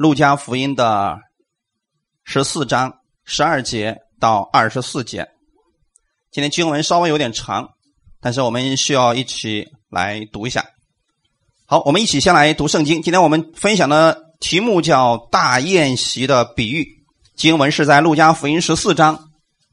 路加福音的14章12节到24节。今天经文稍微有点长，但是我们需要一起来读一下。好，我们一起先来读圣经。今天我们分享的题目叫大宴席的比喻，经文是在路加福音14章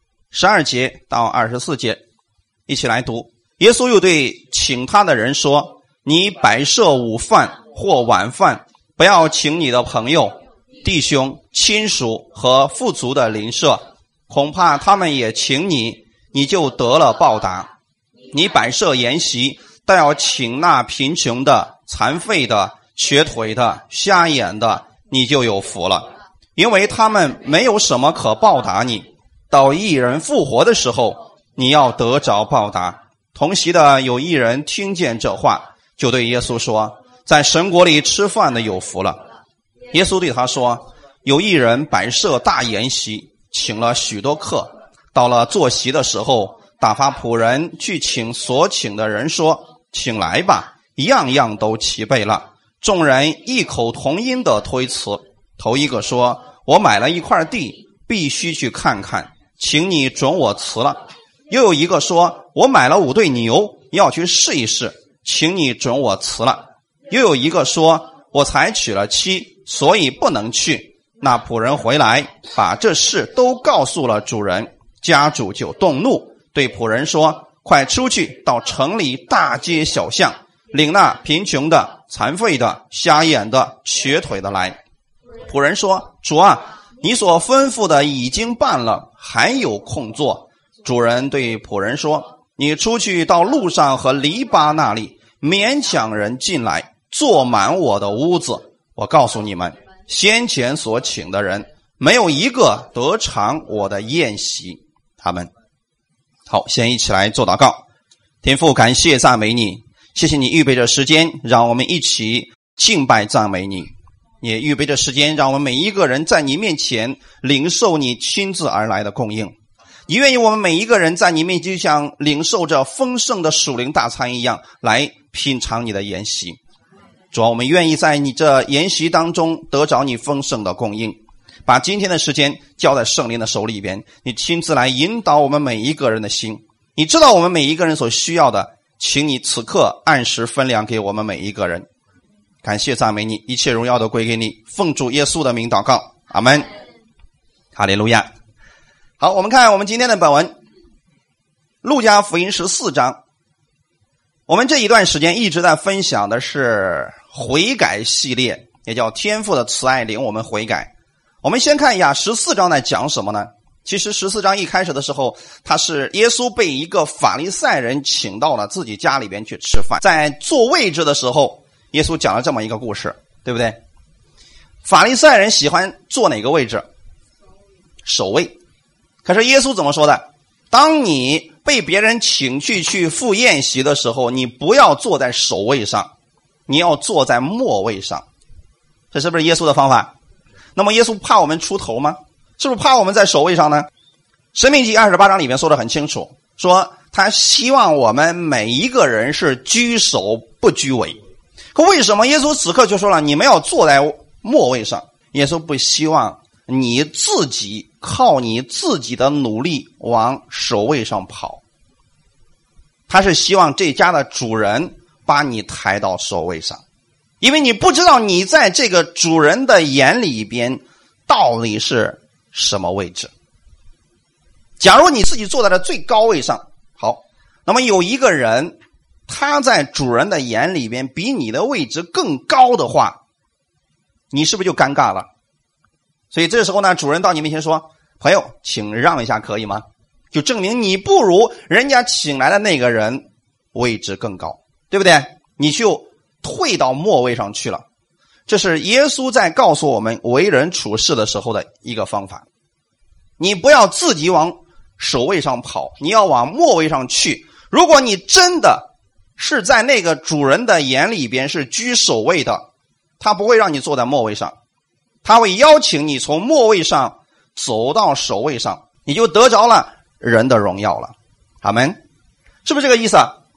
12节到24节，一起来读。耶稣又对请他的人说，你摆设午饭或晚饭，不要请你的朋友、弟兄、亲属和富足的邻舍，恐怕他们也请你，你就得了报答。你摆设筵席，但要请那贫穷的、残废的、瘸腿的、瞎眼的，你就有福了，因为他们没有什么可报答你。到一人复活的时候，你要得着报答。同席的有一人听见这话，就对耶稣说，在神国里吃饭的有福了。耶稣对他说，有一人摆设大筵席，请了许多客，到了坐席的时候，打发仆人去请所请的人说，请来吧，样样都齐备了。众人异口同音的推辞。头一个说，我买了一块地，必须去看看，请你准我辞了。又有一个说，我买了5对牛，要去试一试，请你准我辞了。又有一个说，我才娶了妻，所以不能去。那仆人回来，把这事都告诉了主人，家主就动怒，对仆人说，快出去到城里大街小巷，领那贫穷的、残废的、瞎眼的、瘸腿的来。仆人说，主啊，你所吩咐的已经办了，还有空做。主人对仆人说，你出去到路上和篱笆那里，勉强人进来，坐满我的屋子。我告诉你们，先前所请的人，没有一个得尝我的宴席。他们好，先一起来做祷告。天父，感谢赞美你，谢谢你预备着时间，让我们一起敬拜赞美你，也预备着时间，让我们每一个人在你面前领受你亲自而来的供应。你愿意我们每一个人在你面前就像领受着丰盛的属灵大餐一样，来品尝你的筵席。主啊，我们愿意在你这筵席当中得着你丰盛的供应。把今天的时间交在圣灵的手里边，你亲自来引导我们每一个人的心。你知道我们每一个人所需要的，请你此刻按时分粮给我们每一个人。感谢赞美你，一切荣耀都归给你，奉主耶稣的名祷告，阿们。哈利路亚。好，我们看我们今天的本文，路加福音14章。我们这一段时间一直在分享的是悔改系列，也叫天父的慈爱领我们悔改。我们先看一下14章在讲什么呢？其实14章一开始的时候，他是耶稣被一个法利赛人请到了自己家里边去吃饭，在坐位置的时候，耶稣讲了这么一个故事，对不对？法利赛人喜欢坐哪个位置？首位。可是耶稣怎么说的？当你被别人请去赴宴席的时候，你不要坐在首位上，你要坐在末位上。这是不是耶稣的方法？那么耶稣怕我们出头吗？是不是怕我们在首位上呢？申命记28章里面说得很清楚，说他希望我们每一个人是居首不居尾。可为什么耶稣此刻就说了你们要坐在末位上？耶稣不希望你自己靠你自己的努力往首位上跑，他是希望这家的主人把你抬到首位上，因为你不知道你在这个主人的眼里边到底是什么位置。假如你自己坐在了最高位上，好，那么有一个人他在主人的眼里边比你的位置更高的话，你是不是就尴尬了？所以这时候呢，主人到你面前说，朋友请让一下可以吗？就证明你不如人家请来的那个人位置更高，对不对？你就退到末位上去了。这是耶稣在告诉我们为人处事的时候的一个方法。你不要自己往首位上跑，你要往末位上去。如果你真的是在那个主人的眼里边是居首位的，他不会让你坐在末位上，他会邀请你从末位上走到首位上，你就得着了人的荣耀了。阿们，是不是这个意思啊？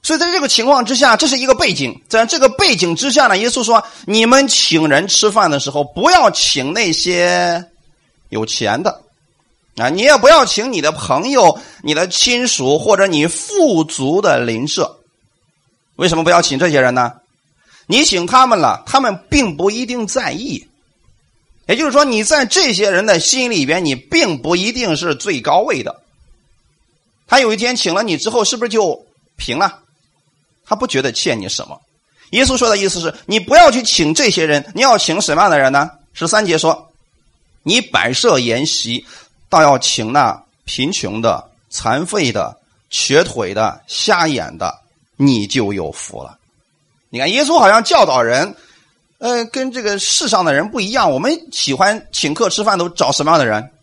所以在这个情况之下，这是一个背景。在这个背景之下呢，耶稣说，你们请人吃饭的时候，不要请那些有钱的啊，你也不要请你的朋友、你的亲属或者你富足的邻舍。为什么不要请这些人呢？你请他们了，他们并不一定在意。也就是说，你在这些人的心里边，你并不一定是最高位的。他有一天请了你之后，是不是就平了？他不觉得欠你什么。耶稣说的意思是，你不要去请这些人，你要请什么样的人呢？13节说，你摆设筵席，倒要请那贫穷的、残废的、瘸腿的、瞎眼的，你就有福了。你看，耶稣好像教导人，跟这个世上的人不一样。我们喜欢请客吃饭都找什么样的人？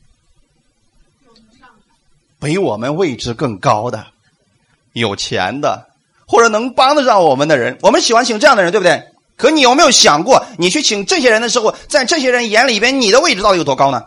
比我们位置更高的、有钱的，或者能帮得上我们的人。我们喜欢请这样的人，对不对？可你有没有想过，你去请这些人的时候，在这些人眼里边，你的位置到底有多高呢？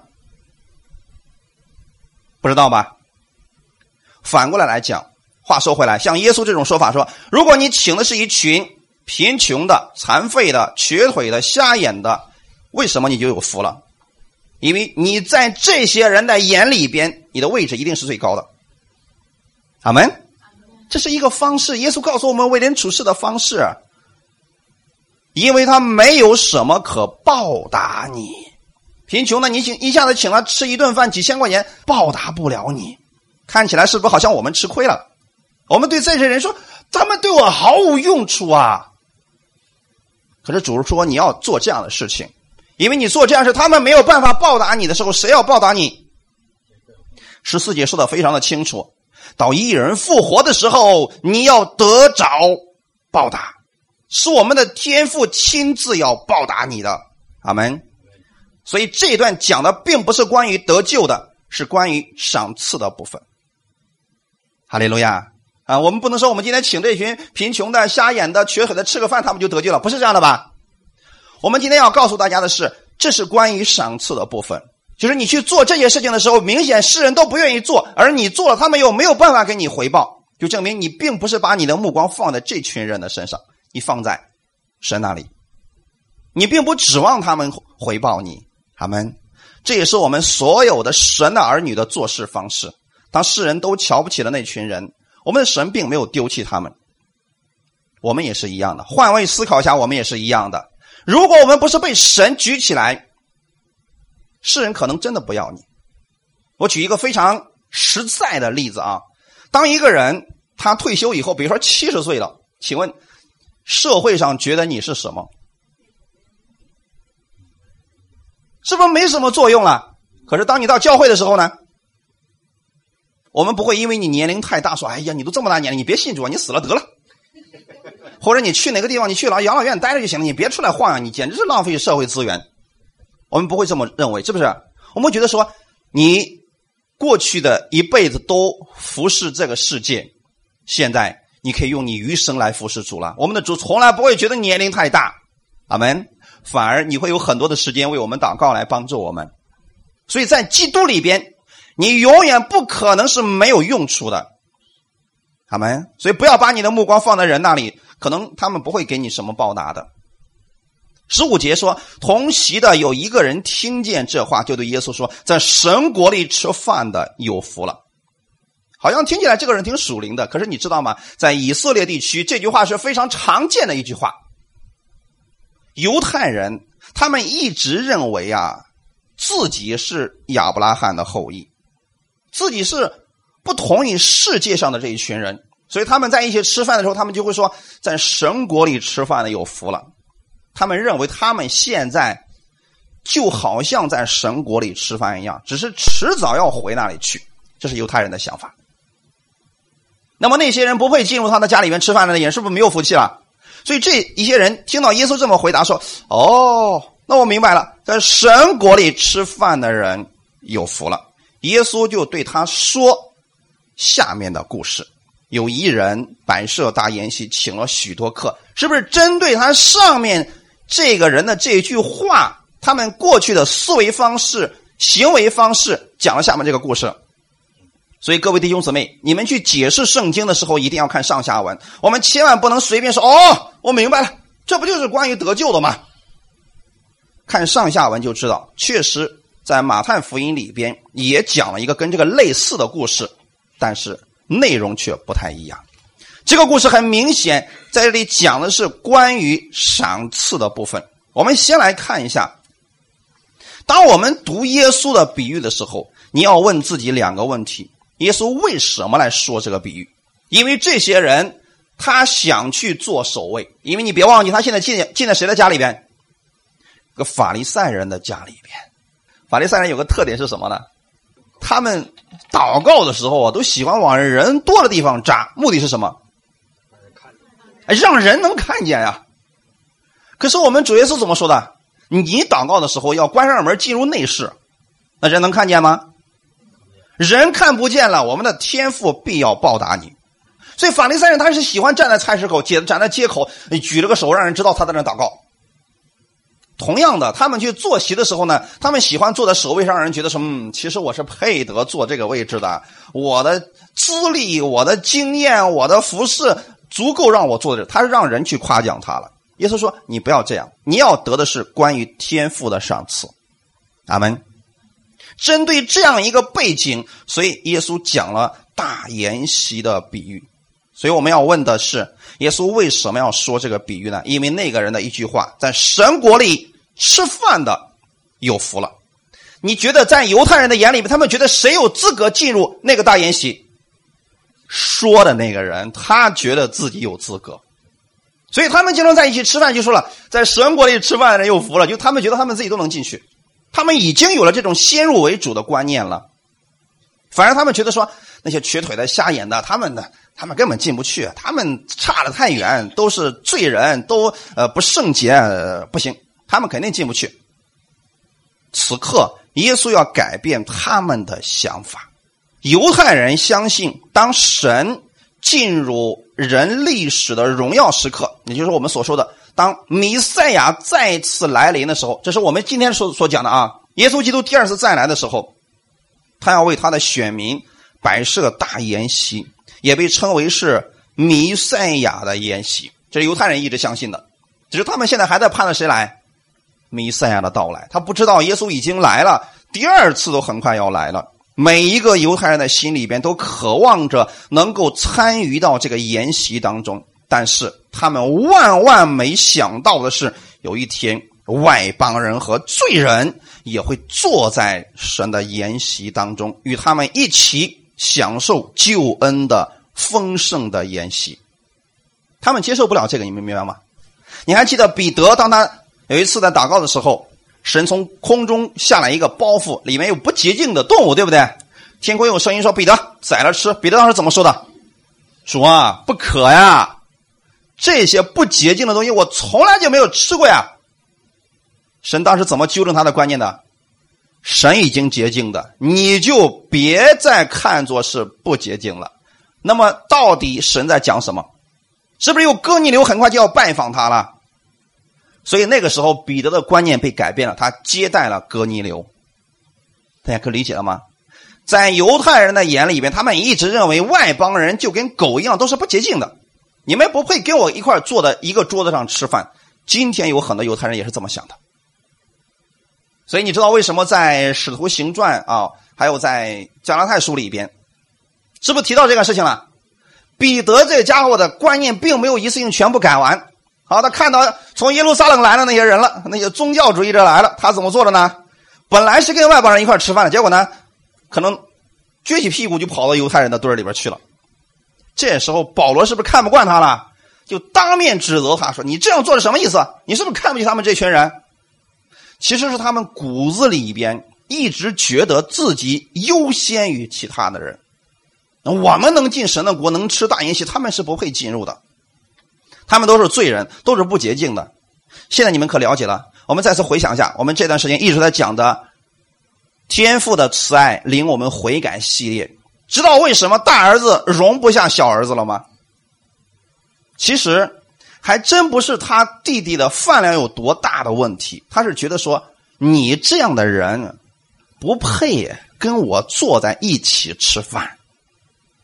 不知道吧？反过来讲，话说回来，像耶稣这种说法说，如果你请的是一群贫穷的、残废的、瘸腿的、瞎眼的，为什么你就有福了？因为你在这些人的眼里边，你的位置一定是最高的。阿们。这是一个方式，耶稣告诉我们为人处事的方式。因为他没有什么可报答你。贫穷的你一下子请他吃一顿饭几千块钱，报答不了你。看起来是不是好像我们吃亏了？我们对这些人说，他们对我毫无用处啊。可是主说你要做这样的事情，因为你做这样的事，他们没有办法报答你的时候，谁要报答你？14节说的非常的清楚，到义人复活的时候，你要得着报答，是我们的天父亲自要报答你的。阿们。所以这一段讲的并不是关于得救的，是关于赏赐的部分。哈利路亚啊！我们不能说我们今天请这群贫穷的、瞎眼的、瘸腿的吃个饭，他们就得救了，不是这样的吧？我们今天要告诉大家的是，这是关于赏赐的部分。就是你去做这些事情的时候，明显世人都不愿意做，而你做了，他们又没有办法给你回报，就证明你并不是把你的目光放在这群人的身上，你放在神那里，你并不指望他们回报你。阿们。这也是我们所有的神的儿女的做事方式。当世人都瞧不起的那群人，我们的神并没有丢弃他们，我们也是一样的。换位思考一下，我们也是一样的。如果我们不是被神举起来，世人可能真的不要你。我举一个非常实在的例子啊，当一个人他退休以后，比如说70岁了，请问社会上觉得你是什么？是不是没什么作用了？可是当你到教会的时候呢，我们不会因为你年龄太大说，哎呀，你都这么大年龄，你别信主啊，你死了得了。或者你去哪个地方，你去养老院待着就行了，你别出来晃悠，你简直是浪费社会资源。我们不会这么认为，是不是？我们会觉得说，你过去的一辈子都服侍这个世界，现在你可以用你余生来服侍主了。我们的主从来不会觉得年龄太大，阿们。反而你会有很多的时间为我们祷告来帮助我们。所以在基督里边，你永远不可能是没有用处的，阿们。所以不要把你的目光放在人那里，可能他们不会给你什么报答的。15节说，同席的有一个人听见这话，就对耶稣说，在神国里吃饭的有福了。好像听起来这个人挺属灵的，可是你知道吗？在以色列地区，这句话是非常常见的一句话。犹太人他们一直认为啊，自己是亚伯拉罕的后裔，自己是不同于世界上的这一群人，所以他们在一起吃饭的时候，他们就会说，在神国里吃饭的有福了。他们认为他们现在就好像在神国里吃饭一样，只是迟早要回那里去，这是犹太人的想法。那么那些人不会进入他的家里面吃饭的人，是不是没有福气了？所以这一些人听到耶稣这么回答说，哦，那我明白了，在神国里吃饭的人有福了。耶稣就对他说下面的故事。有一人摆设大筵席，请了许多客，是不是针对他上面这个人的这句话，他们过去的思维方式、行为方式，讲了下面这个故事。 所以各位弟兄姊妹，你们去解释圣经的时候一定要看上下文，我们千万不能随便说我明白了，这不就是关于得救的吗？看上下文就知道，确实在马太福音里边也讲了一个跟这个类似的故事，但是内容却不太一样。这个故事很明显在这里讲的是关于赏赐的部分。我们先来看一下，当我们读耶稣的比喻的时候，你要问自己2个问题：耶稣为什么来说这个比喻？因为这些人他想去做守卫，因为你别忘记他现在进在谁的家里边？个法利赛人的家里边。法利赛人有个特点是什么呢？他们祷告的时候都喜欢往人多的地方扎，目的是什么？让人能看见呀。可是我们主耶稣怎么说的？你祷告的时候要关上门进入内室，那人能看见吗？人看不见了，我们的天父必要报答你。所以法利赛人他是喜欢站在菜市口，站在街口，举了个手让人知道他在那祷告。同样的，他们去坐席的时候呢，他们喜欢坐在首位上，让人觉得说其实我是配得坐这个位置的，我的资历，我的经验，我的服侍足够让我坐的。他是让人去夸奖他了。耶稣说你不要这样，你要得的是关于天父的赏赐。阿们。针对这样一个背景，所以耶稣讲了大筵席的比喻。所以我们要问的是，耶稣为什么要说这个比喻呢？因为那个人的一句话，在神国里吃饭的有福了。你觉得在犹太人的眼里面，他们觉得谁有资格进入那个大筵席？说的那个人，他觉得自己有资格。所以他们经常在一起吃饭，就说了，在神国里吃饭的人有福了，就他们觉得他们自己都能进去。他们已经有了这种先入为主的观念了。反而他们觉得说，那些瘸腿的瞎眼的，他们根本进不去，他们差得太远，都是罪人，都不圣洁，不行，他们肯定进不去。此刻耶稣要改变他们的想法。犹太人相信，当神进入人历史的荣耀时刻，也就是我们所说的当弥赛亚再次来临的时候，这是我们今天所讲的啊。耶稣基督第2次再来的时候，他要为他的选民摆设大筵席，也被称为是弥赛亚的筵席。这是犹太人一直相信的，只是他们现在还在盼着谁来？弥赛亚的到来。他不知道耶稣已经来了，第2次都很快要来了。每一个犹太人的心里边都渴望着能够参与到这个筵席当中，但是他们万万没想到的是，有一天外邦人和罪人也会坐在神的筵席当中，与他们一起享受救恩的丰盛的筵席。他们接受不了这个，你们明白吗？你还记得彼得，当他有一次在祷告的时候，神从空中下来一个包袱，里面有不洁净的动物，对不对？天空有声音说，彼得宰了吃。彼得当时怎么说的？主啊，不可呀，这些不洁净的东西我从来就没有吃过呀。神当时怎么纠正他的观念的？神已经洁净的，你就别再看作是不洁净了。那么到底神在讲什么？是不是有哥尼流很快就要拜访他了？所以那个时候彼得的观念被改变了，他接待了哥尼流。大家可以理解了吗？在犹太人的眼里边，他们一直认为外邦人就跟狗一样，都是不洁净的，你们不配跟我一块坐在一个桌子上吃饭。今天有很多犹太人也是这么想的。所以你知道为什么在使徒行传还有在加拉太书里边是不是提到这个事情了？彼得这家伙的观念并没有一次性全部改完。好，他看到从耶路撒冷来的那些人了，那些宗教主义者来了，他怎么做的呢？本来是跟外邦人一块吃饭的，结果呢可能撅起屁股就跑到犹太人的堆里边去了。这时候保罗是不是看不惯他了？就当面指责他说，你这样做是什么意思？你是不是看不起他们这群人？其实是他们骨子里边一直觉得自己优先于其他的人。我们能进神的国，能吃大筵席，他们是不配进入的。他们都是罪人，都是不洁净的。现在你们可了解了。我们再次回想一下，我们这段时间一直在讲的天父的慈爱领我们悔改系列，知道为什么大儿子容不下小儿子了吗？其实还真不是他弟弟的饭量有多大的问题，他是觉得说，你这样的人不配跟我坐在一起吃饭，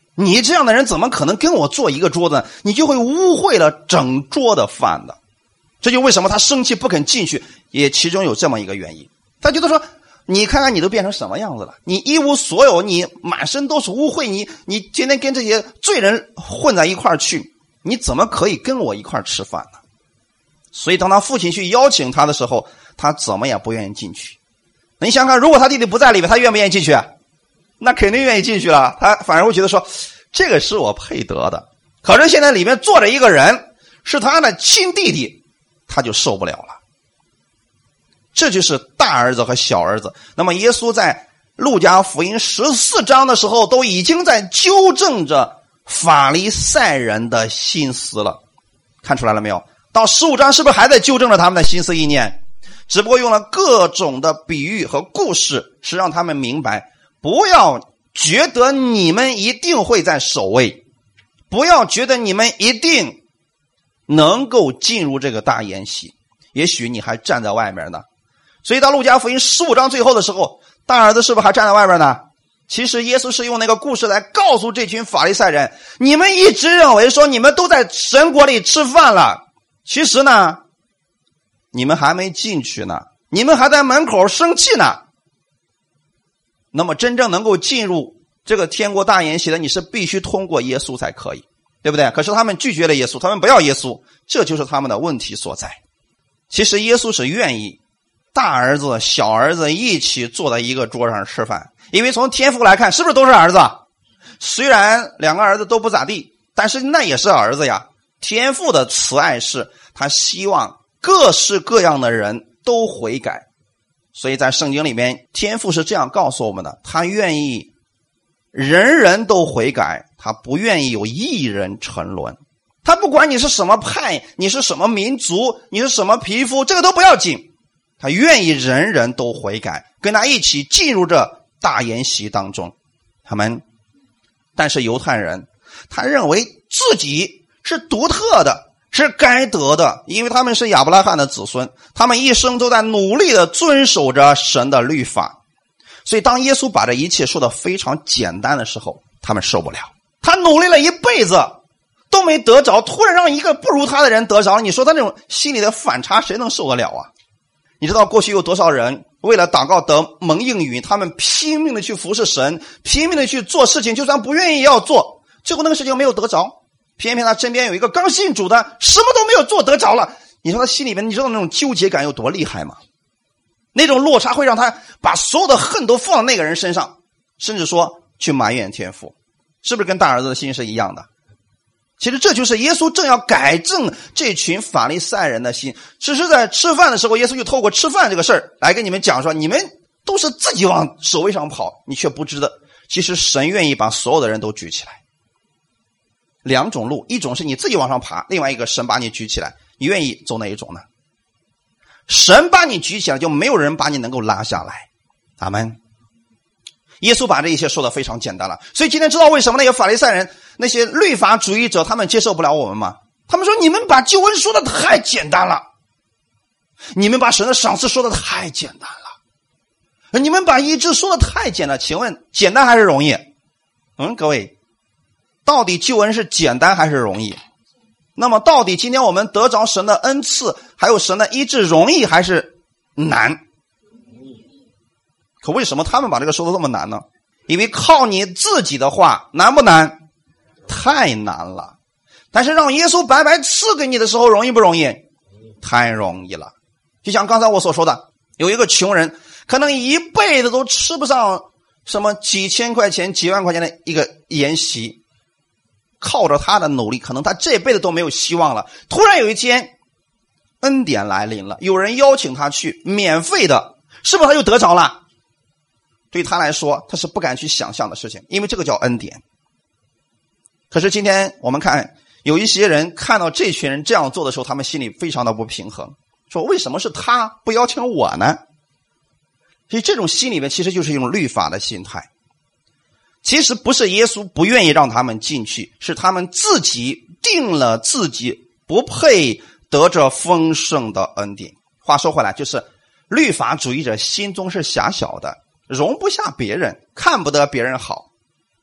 你这样的人怎么可能跟我坐一个桌子？你就会污秽了整桌的饭的。这就为什么他生气不肯进去，也其中有这么一个原因。他觉得说，你看看你都变成什么样子了，你一无所有，你满身都是污秽，你天天跟这些罪人混在一块儿去，你怎么可以跟我一块儿吃饭呢？所以当他父亲去邀请他的时候，他怎么也不愿意进去。你想想看，如果他弟弟不在里面，他愿不愿意进去？那肯定愿意进去了。他反而会觉得说，这个是我配得的。可是现在里面坐着一个人，是他的亲弟弟，他就受不了了。这就是大儿子和小儿子。那么耶稣在路加福音14章的时候，都已经在纠正着法利赛人的心思了。看出来了没有？到15章是不是还在纠正着他们的心思意念？只不过用了各种的比喻和故事，是让他们明白，不要觉得你们一定会在首位，不要觉得你们一定能够进入这个大筵席，也许你还站在外面呢。所以到路加福音15章最后的时候，大儿子是不是还站在外面呢？其实耶稣是用那个故事来告诉这群法利赛人，你们一直认为说你们都在神国里吃饭了，其实呢你们还没进去呢，你们还在门口生气呢。那么真正能够进入这个天国大筵席的，你是必须通过耶稣才可以，对不对？可是他们拒绝了耶稣，他们不要耶稣，这就是他们的问题所在。其实耶稣是愿意大儿子小儿子一起坐在一个桌上吃饭，因为从天父来看，是不是都是儿子？虽然两个儿子都不咋地，但是那也是儿子呀。天父的慈爱是他希望各式各样的人都悔改。所以在圣经里面，天父是这样告诉我们的，他愿意人人都悔改，他不愿意有一人沉沦。他不管你是什么派，你是什么民族，你是什么皮肤，这个都不要紧，他愿意人人都悔改，跟他一起进入这大筵席当中。但是犹太人他认为自己是独特的，是该得的，因为他们是亚伯拉罕的子孙，他们一生都在努力的遵守着神的律法。所以当耶稣把这一切说的非常简单的时候，他们受不了。他努力了一辈子都没得着，突然让一个不如他的人得着，你说他那种心里的反差谁能受得了啊？你知道过去有多少人为了祷告得蒙应允，他们拼命的去服侍神，拼命的去做事情，就算不愿意也要做，最后那个事情没有得着，偏偏他身边有一个刚信主的什么都没有做得着了，你说他心里面，你知道那种纠结感有多厉害吗？那种落差会让他把所有的恨都放到那个人身上，甚至说去埋怨天父。是不是跟大儿子的心是一样的？其实这就是耶稣正要改正这群法利赛人的心。只是在吃饭的时候，耶稣就透过吃饭这个事儿来跟你们讲说，你们都是自己往首位上跑，你却不知道其实神愿意把所有的人都举起来。两种路，一种是你自己往上爬，另外一个神把你举起来，你愿意走哪一种呢？神把你举起来，就没有人把你能够拉下来。阿们。耶稣把这一切说的非常简单了。所以今天知道为什么那些法利赛人，那些律法主义者，他们接受不了我们吗？他们说你们把救恩说的太简单了，你们把神的赏赐说的太简单了，你们把医治说的太简单。请问简单还是容易？各位，到底救恩是简单还是容易？那么到底今天我们得着神的恩赐还有神的医治容易还是难？可为什么他们把这个说的这么难呢？因为靠你自己的话难不难？太难了。但是让耶稣白白赐给你的时候容易不容易？太容易了。就像刚才我所说的，有一个穷人可能一辈子都吃不上什么几千块钱几万块钱的一个筵席，靠着他的努力可能他这辈子都没有希望了。突然有一天恩典来临了，有人邀请他去免费的，是不是他就得着了？对他来说他是不敢去想象的事情，因为这个叫恩典。可是今天我们看有一些人看到这群人这样做的时候，他们心里非常的不平衡，说为什么是他不邀请我呢？所以这种心里面其实就是一种律法的心态。其实不是耶稣不愿意让他们进去，是他们自己定了自己不配得着丰盛的恩典。话说回来，就是律法主义者心中是狭小的，容不下别人，看不得别人好。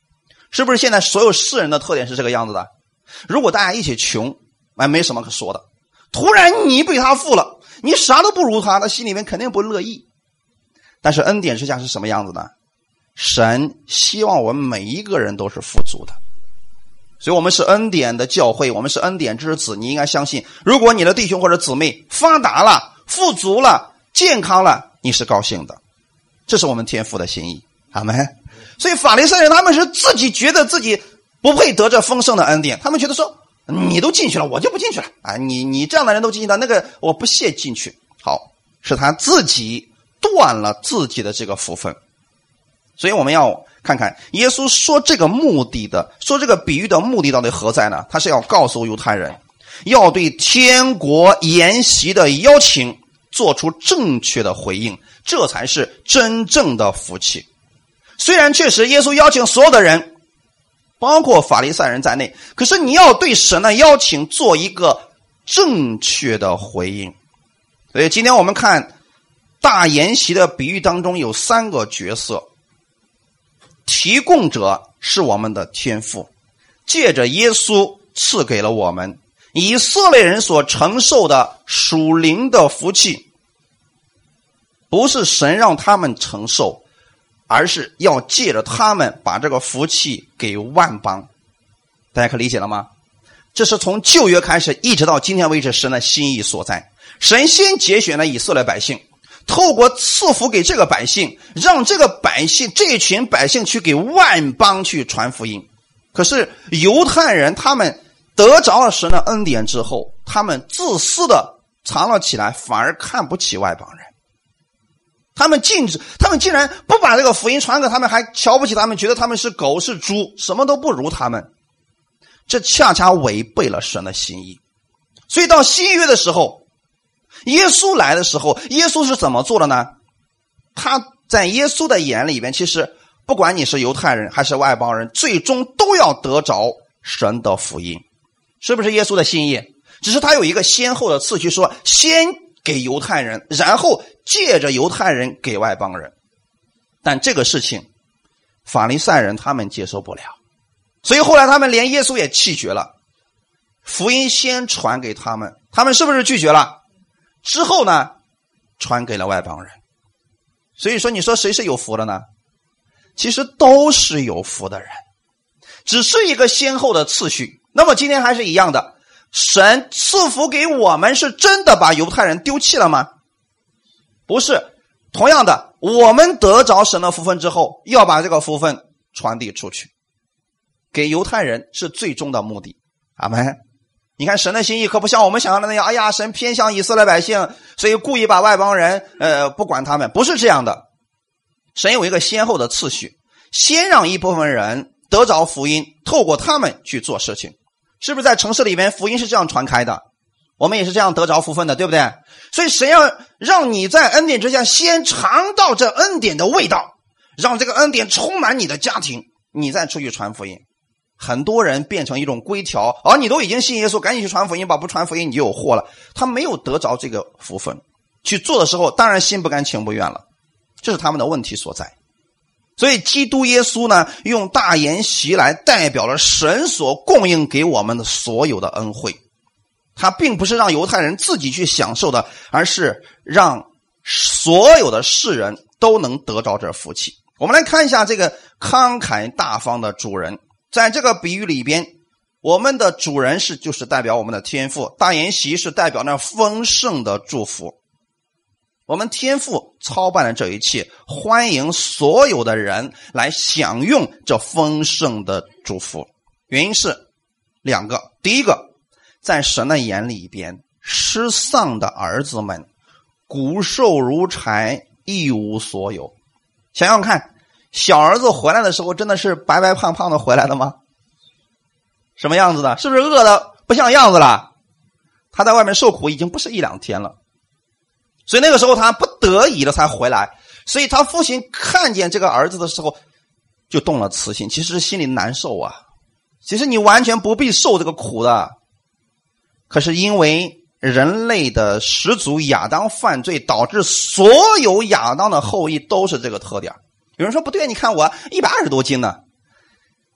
是不是现在所有世人的特点是这个样子的？如果大家一起穷，没什么可说的。突然你被他富了，你啥都不如他，他心里面肯定不乐意。但是恩典之下是什么样子呢？神希望我们每一个人都是富足的。所以我们是恩典的教会，我们是恩典之子，你应该相信，如果你的弟兄或者姊妹发达了、富足了、健康了，你是高兴的。这是我们天父的心意。阿们。所以法利赛人他们是自己觉得自己不配得这丰盛的恩典，他们觉得说你都进去了，我就不进去了啊！你这样的人都进去了，那个我不屑进去。好，是他自己断了自己的这个福分。所以我们要看看耶稣说这个比喻的目的到底何在呢？他是要告诉犹太人，要对天国筵席的邀请做出正确的回应，这才是真正的福气。虽然确实耶稣邀请所有的人，包括法利赛人在内，可是你要对神的邀请做一个正确的回应。所以今天我们看大筵席的比喻当中有3个角色，提供者是我们的天父，借着耶稣赐给了我们以色列人所承受的属灵的福气，不是神让他们承受，而是要借着他们把这个福气给万邦。大家可理解了吗？这是从旧约开始一直到今天为止神的心意所在。神先节选了以色列百姓，透过赐福给这个百姓，让这个百姓这群百姓去给万邦去传福音。可是犹太人他们得着了神的恩典之后，他们自私的藏了起来，反而看不起外邦人。他们竟然不把这个福音传给他们，还瞧不起他们，觉得他们是狗是猪，什么都不如他们。这恰恰违背了神的心意。所以到新约的时候，耶稣来的时候，耶稣是怎么做的呢？他在耶稣的眼里边，其实不管你是犹太人还是外邦人，最终都要得着神的福音。是不是耶稣的心意？只是他有一个先后的次序，说先给犹太人，然后借着犹太人给外邦人。但这个事情法利赛人他们接受不了，所以后来他们连耶稣也弃绝了。福音先传给他们，他们是不是拒绝了？之后呢，传给了外邦人。所以说你说谁是有福的呢？其实都是有福的人，只是一个先后的次序。那么今天还是一样的，神赐福给我们是真的把犹太人丢弃了吗？不是。同样的，我们得着神的福分之后，要把这个福分传递出去，给犹太人是最终的目的。阿们。你看神的心意可不像我们想象的那样，哎呀，神偏向以色列百姓，所以故意把外邦人不管他们，不是这样的。神有一个先后的次序，先让一部分人得着福音，透过他们去做事情。是不是在城市里面福音是这样传开的？我们也是这样得着福分的，对不对？所以神要让你在恩典之下先尝到这恩典的味道，让这个恩典充满你的家庭，你再出去传福音。很多人变成一种规条，你都已经信耶稣，赶紧去传福音吧，不传福音你就有祸了。他没有得着这个福分，去做的时候当然心不甘情不愿了，这是他们的问题所在。所以基督耶稣呢，用大筵席来代表了神所供应给我们的所有的恩惠。他并不是让犹太人自己去享受的，而是让所有的世人都能得着这福气。我们来看一下这个慷慨大方的主人。在这个比喻里边，我们的主人就是代表我们的天父，大筵席是代表那丰盛的祝福。我们天父操办了这一切，欢迎所有的人来享用这丰盛的祝福。原因是2个。第一个，在神的眼里边，失丧的儿子们骨瘦如柴，一无所有。想想看，小儿子回来的时候真的是白白胖胖的回来的吗？什么样子的？是不是饿的不像样子了？他在外面受苦已经不是1-2天了，所以那个时候他不得已的才回来。所以他父亲看见这个儿子的时候就动了慈心，其实心里难受啊。其实你完全不必受这个苦的，可是因为人类的始祖亚当犯罪，导致所有亚当的后裔都是这个特点。有人说不对，你看我120多斤呢，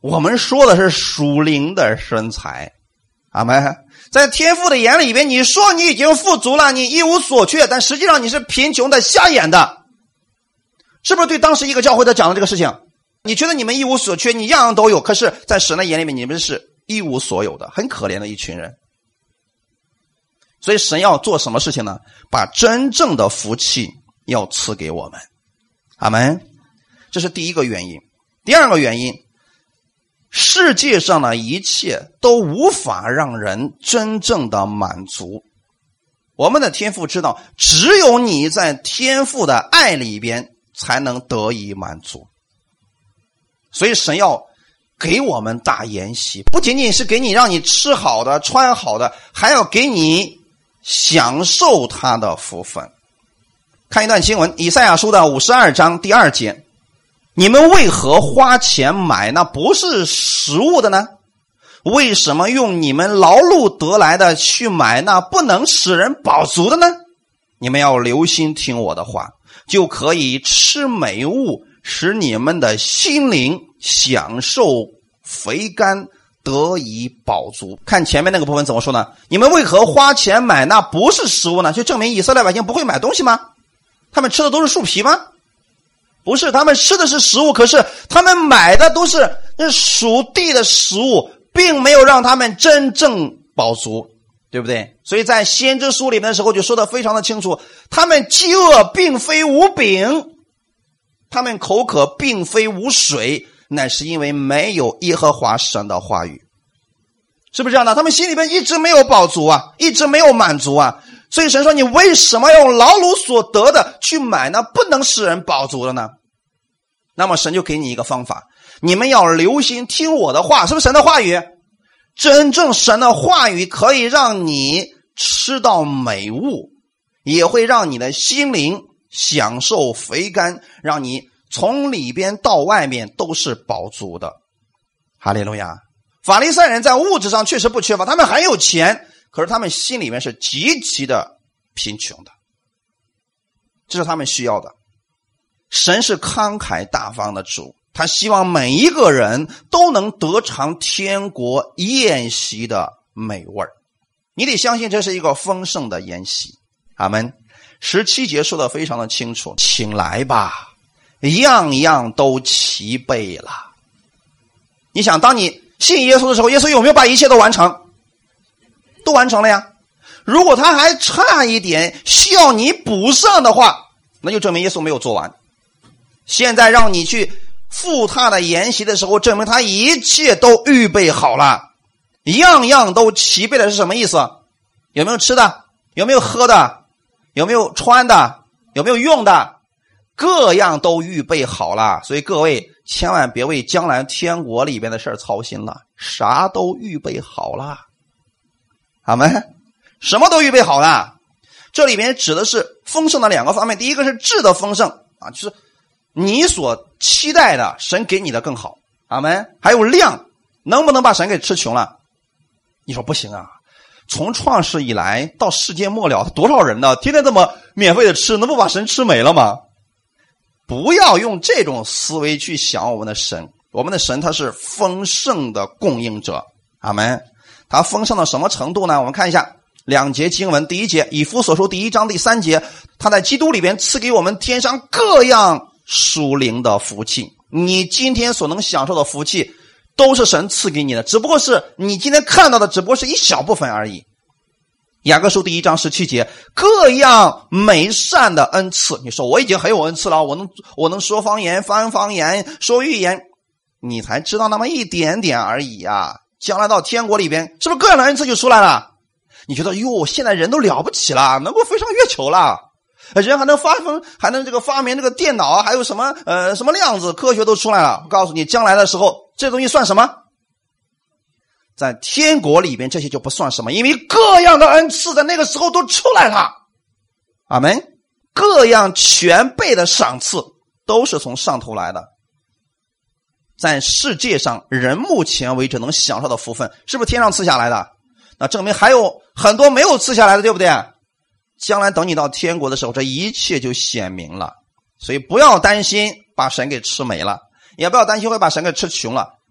我们说的是属灵的身材，阿们。在天父的眼里边，你说你已经富足了，你一无所缺，但实际上你是贫穷的、瞎眼的，是不是？对当时一个教会的讲的这个事情，你觉得你们一无所缺，你样样都有，可是在神的眼里面，你们是一无所有的，很可怜的一群人。所以神要做什么事情呢？把真正的福气要赐给我们，阿们。这是第一个原因。第二个原因，世界上的一切都无法让人真正的满足。我们的天父知道，只有你在天父的爱里边才能得以满足。所以神要给我们大筵席，不仅仅是给你让你吃好的穿好的，还要给你享受他的福分。看一段经文，以赛亚书的52章第2节，你们为何花钱买那不是食物的呢？为什么用你们劳碌得来的去买那不能使人饱足的呢？你们要留心听我的话，就可以吃美物，使你们的心灵享受肥甘，得以饱足。看前面那个部分怎么说呢？你们为何花钱买那不是食物呢？就证明以色列百姓不会买东西吗？他们吃的都是树皮吗？不是，他们吃的是食物，可是他们买的都是属地的食物，并没有让他们真正饱足，对不对？所以在先知书里面的时候就说得非常的清楚，他们饥饿并非无饼，他们口渴并非无水，乃是因为没有耶和华神的话语。是不是这样的？他们心里边一直没有饱足啊，一直没有满足啊。所以神说，你为什么要用劳碌所得的去买那不能使人饱足的呢？那么神就给你一个方法，你们要留心听我的话。是不是神的话语？真正神的话语可以让你吃到美物，也会让你的心灵享受肥甘，让你从里边到外面都是饱足的。哈利路亚。法利赛人在物质上确实不缺乏，他们很有钱，可是他们心里面是极其的贫穷的，这是他们需要的。神是慷慨大方的主，他希望每一个人都能得尝天国宴席的美味。你得相信这是一个丰盛的宴席，阿们。17节说得非常的清楚，请来吧，样样都齐备了。你想，当你信耶稣的时候，耶稣有没有把一切都完成？都完成了呀。如果他还差一点需要你补上的话，那就证明耶稣没有做完。现在让你去赴他的筵席的时候，证明他一切都预备好了，样样都齐备的是什么意思？有没有吃的？有没有喝的？有没有穿的？有没有用的？各样都预备好了。所以各位千万别为将来天国里边的事操心了，啥都预备好了，阿们。什么都预备好了。这里面指的是丰盛的两个方面，第一个是质的丰盛啊，就是你所期待的神给你的更好，阿们。还有量，能不能把神给吃穷了？你说不行啊，从创世以来到世界末了，多少人呢？天天这么免费的吃，能不把神吃没了吗？不要用这种思维去想我们的神。我们的神他是丰盛的供应者，阿们。他丰盛到什么程度呢？我们看一下2节经文。第一节，以弗所书1章第3节，他在基督里边赐给我们天上各样属灵的福气。你今天所能享受的福气都是神赐给你的，只不过是你今天看到的只不过是一小部分而已。雅各书1章17节，各样美善的恩赐。你说我已经很有恩赐了，我能说方言、翻方言、说预言，你才知道那么一点点而已啊。将来到天国里边，是不是各样的恩赐就出来了？你觉得哟，现在人都了不起了，能够飞上月球了，人还能发明这个电脑啊，还有什么量子科学都出来了。我告诉你，将来的时候这东西算什么？在天国里边这些就不算什么，因为各样的恩赐在那个时候都出来了，阿们。各样全备的赏赐都是从上头来的。在世界上人目前为止能享受的福分，是不是天上赐下来的？那证明还有很多没有赐下来的，对不对？将来等你到天国的时候，这一切就显明了。所以不要担心把神给吃没了，也不要担心会把神给吃穷了。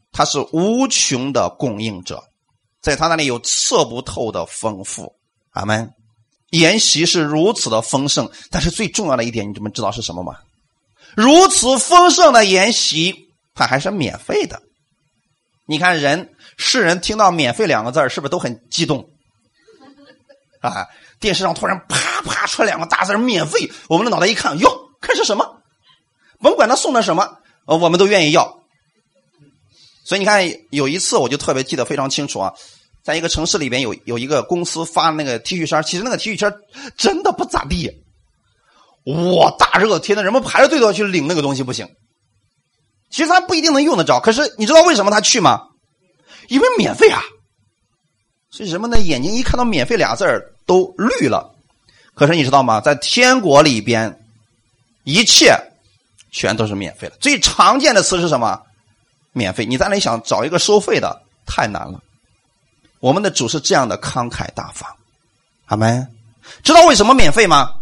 他是无穷的供应者，在他那里有测不透的丰富。阿们。筵席是如此的丰盛，但是最重要的一点你们知道是什么吗？如此丰盛的筵席它还是免费的。你看世人听到免费两个字是不是都很激动啊？电视上突然啪啪出来两个大字免费，我们的脑袋一看，哟，看是什么，甭管他送的什么，我们都愿意要。所以你看有一次我就特别记得非常清楚啊，在一个城市里边有一个公司发那个 T 恤衫，其实那个 T 恤衫真的不咋地，哇，大热天的人们排着队都要去领那个东西不行。其实他不一定能用得着，可是你知道为什么他去吗？因为免费啊。所以人们的眼睛一看到免费俩字儿都绿了。可是你知道吗？在天国里边一切全都是免费的。最常见的词是什么？免费。你在那里想找一个收费的太难了。我们的主是这样的慷慨大方。阿们。知道为什么免费吗？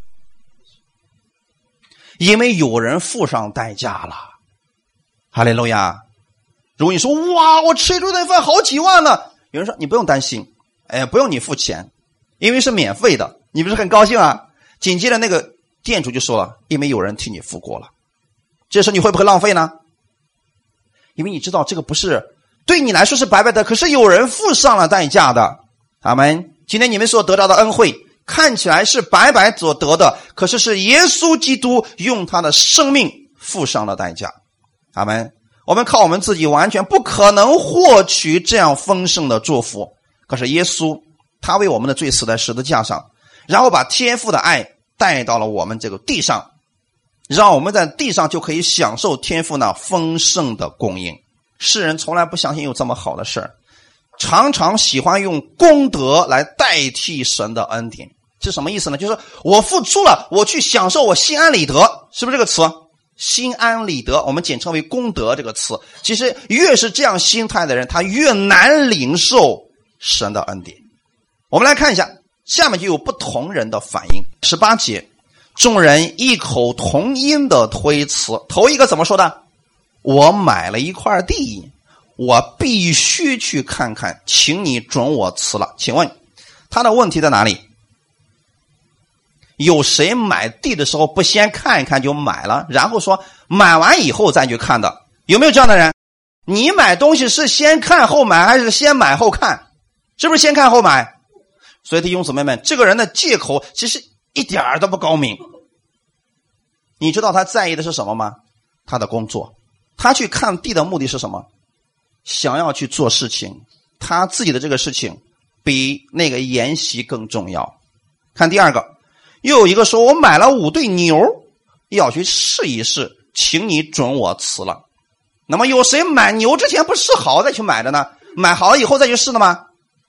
因为有人付上代价了。哈利路亚。如果你说哇，我吃一顿饭好几万呢，有人说你不用担心，不用你付钱，因为是免费的，你不是很高兴啊？紧接着那个店主就说了，因为有人替你付过了。这时候你会不会浪费呢？因为你知道这个不是对你来说是白白的，可是有人付上了代价的。阿们。今天你们所得到的恩惠看起来是白白所得的，可是是耶稣基督用他的生命付上了代价。阿们。我们靠我们自己完全不可能获取这样丰盛的祝福，可是耶稣他为我们的罪死在十字架上，然后把天父的爱带到了我们这个地上，让我们在地上就可以享受天父那丰盛的供应。世人从来不相信有这么好的事儿，常常喜欢用功德来代替神的恩典。是什么意思呢？就是我付出了，我去享受，我心安理得，是不是这个词？心安理得，我们简称为功德这个词。其实越是这样心态的人，他越难领受神的恩典。我们来看一下，下面就有不同人的反应。18节，众人异口同音的推辞。头一个怎么说的？我买了一块地，我必须去看看，请你准我辞了。请问他的问题在哪里？有谁买地的时候不先看一看就买了，然后说买完以后再去看的？有没有这样的人？你买东西是先看后买还是先买后看？是不是先看后买？所以弟兄姊妹们，这个人的借口其实一点儿都不高明。你知道他在意的是什么吗？他的工作。他去看地的目的是什么？想要去做事情，他自己的这个事情比那个筵席更重要。看第二个，又有一个说我买了5对牛要去试一试，请你准我辞了。那么有谁买牛之前不试好再去买的呢？买好了以后再去试的吗？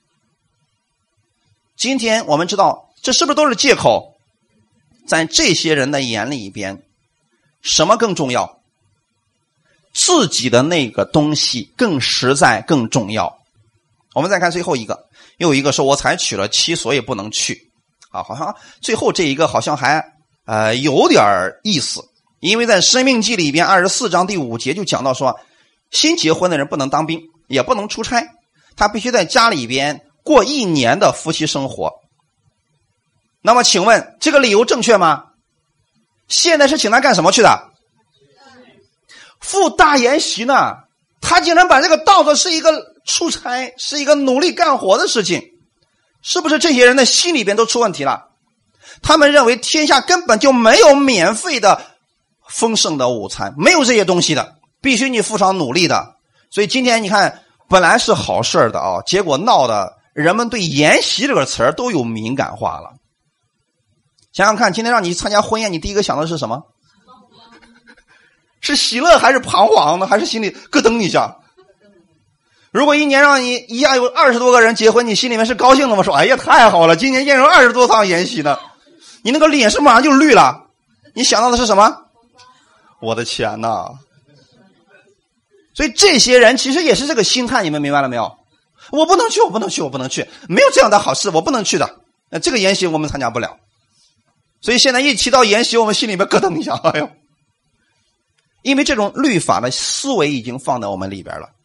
今天我们知道这是不是都是借口？在这些人的眼里边，什么更重要？自己的那个东西更实在更重要。我们再看最后一个，又有一个说我才娶了妻所以不能去啊，好像最后这一个好像还有点意思。因为在申命记里边24章第5节就讲到说，新结婚的人不能当兵，也不能出差，他必须在家里边过1年的夫妻生活。那么请问这个理由正确吗？现在是请他干什么去的？赴大筵席呢？他竟然把这个当作是一个出差，是一个努力干活的事情。是不是这些人的心里边都出问题了？他们认为天下根本就没有免费的丰盛的午餐，没有这些东西的，必须你付上努力的。所以今天你看本来是好事的啊，结果闹的人们对筵席这个词儿都有敏感化了。想想看，今天让你参加婚宴，你第一个想的是什么？是喜乐还是彷徨呢？还是心里咯噔一下？如果1年让你一下有20多个人结婚，你心里面是高兴的吗？说哎呀太好了，今年宴有20多场筵席呢，你那个脸是马上就绿了。你想到的是什么？我的钱哪！所以这些人其实也是这个心态，你们明白了没有？我不能去，我不能去，我不能去，没有这样的好事，我不能去的。这个筵席我们参加不了。所以现在一提到筵席，我们心里面咯噔一下，哎呦！因为这种律法的思维已经放在我们里边了。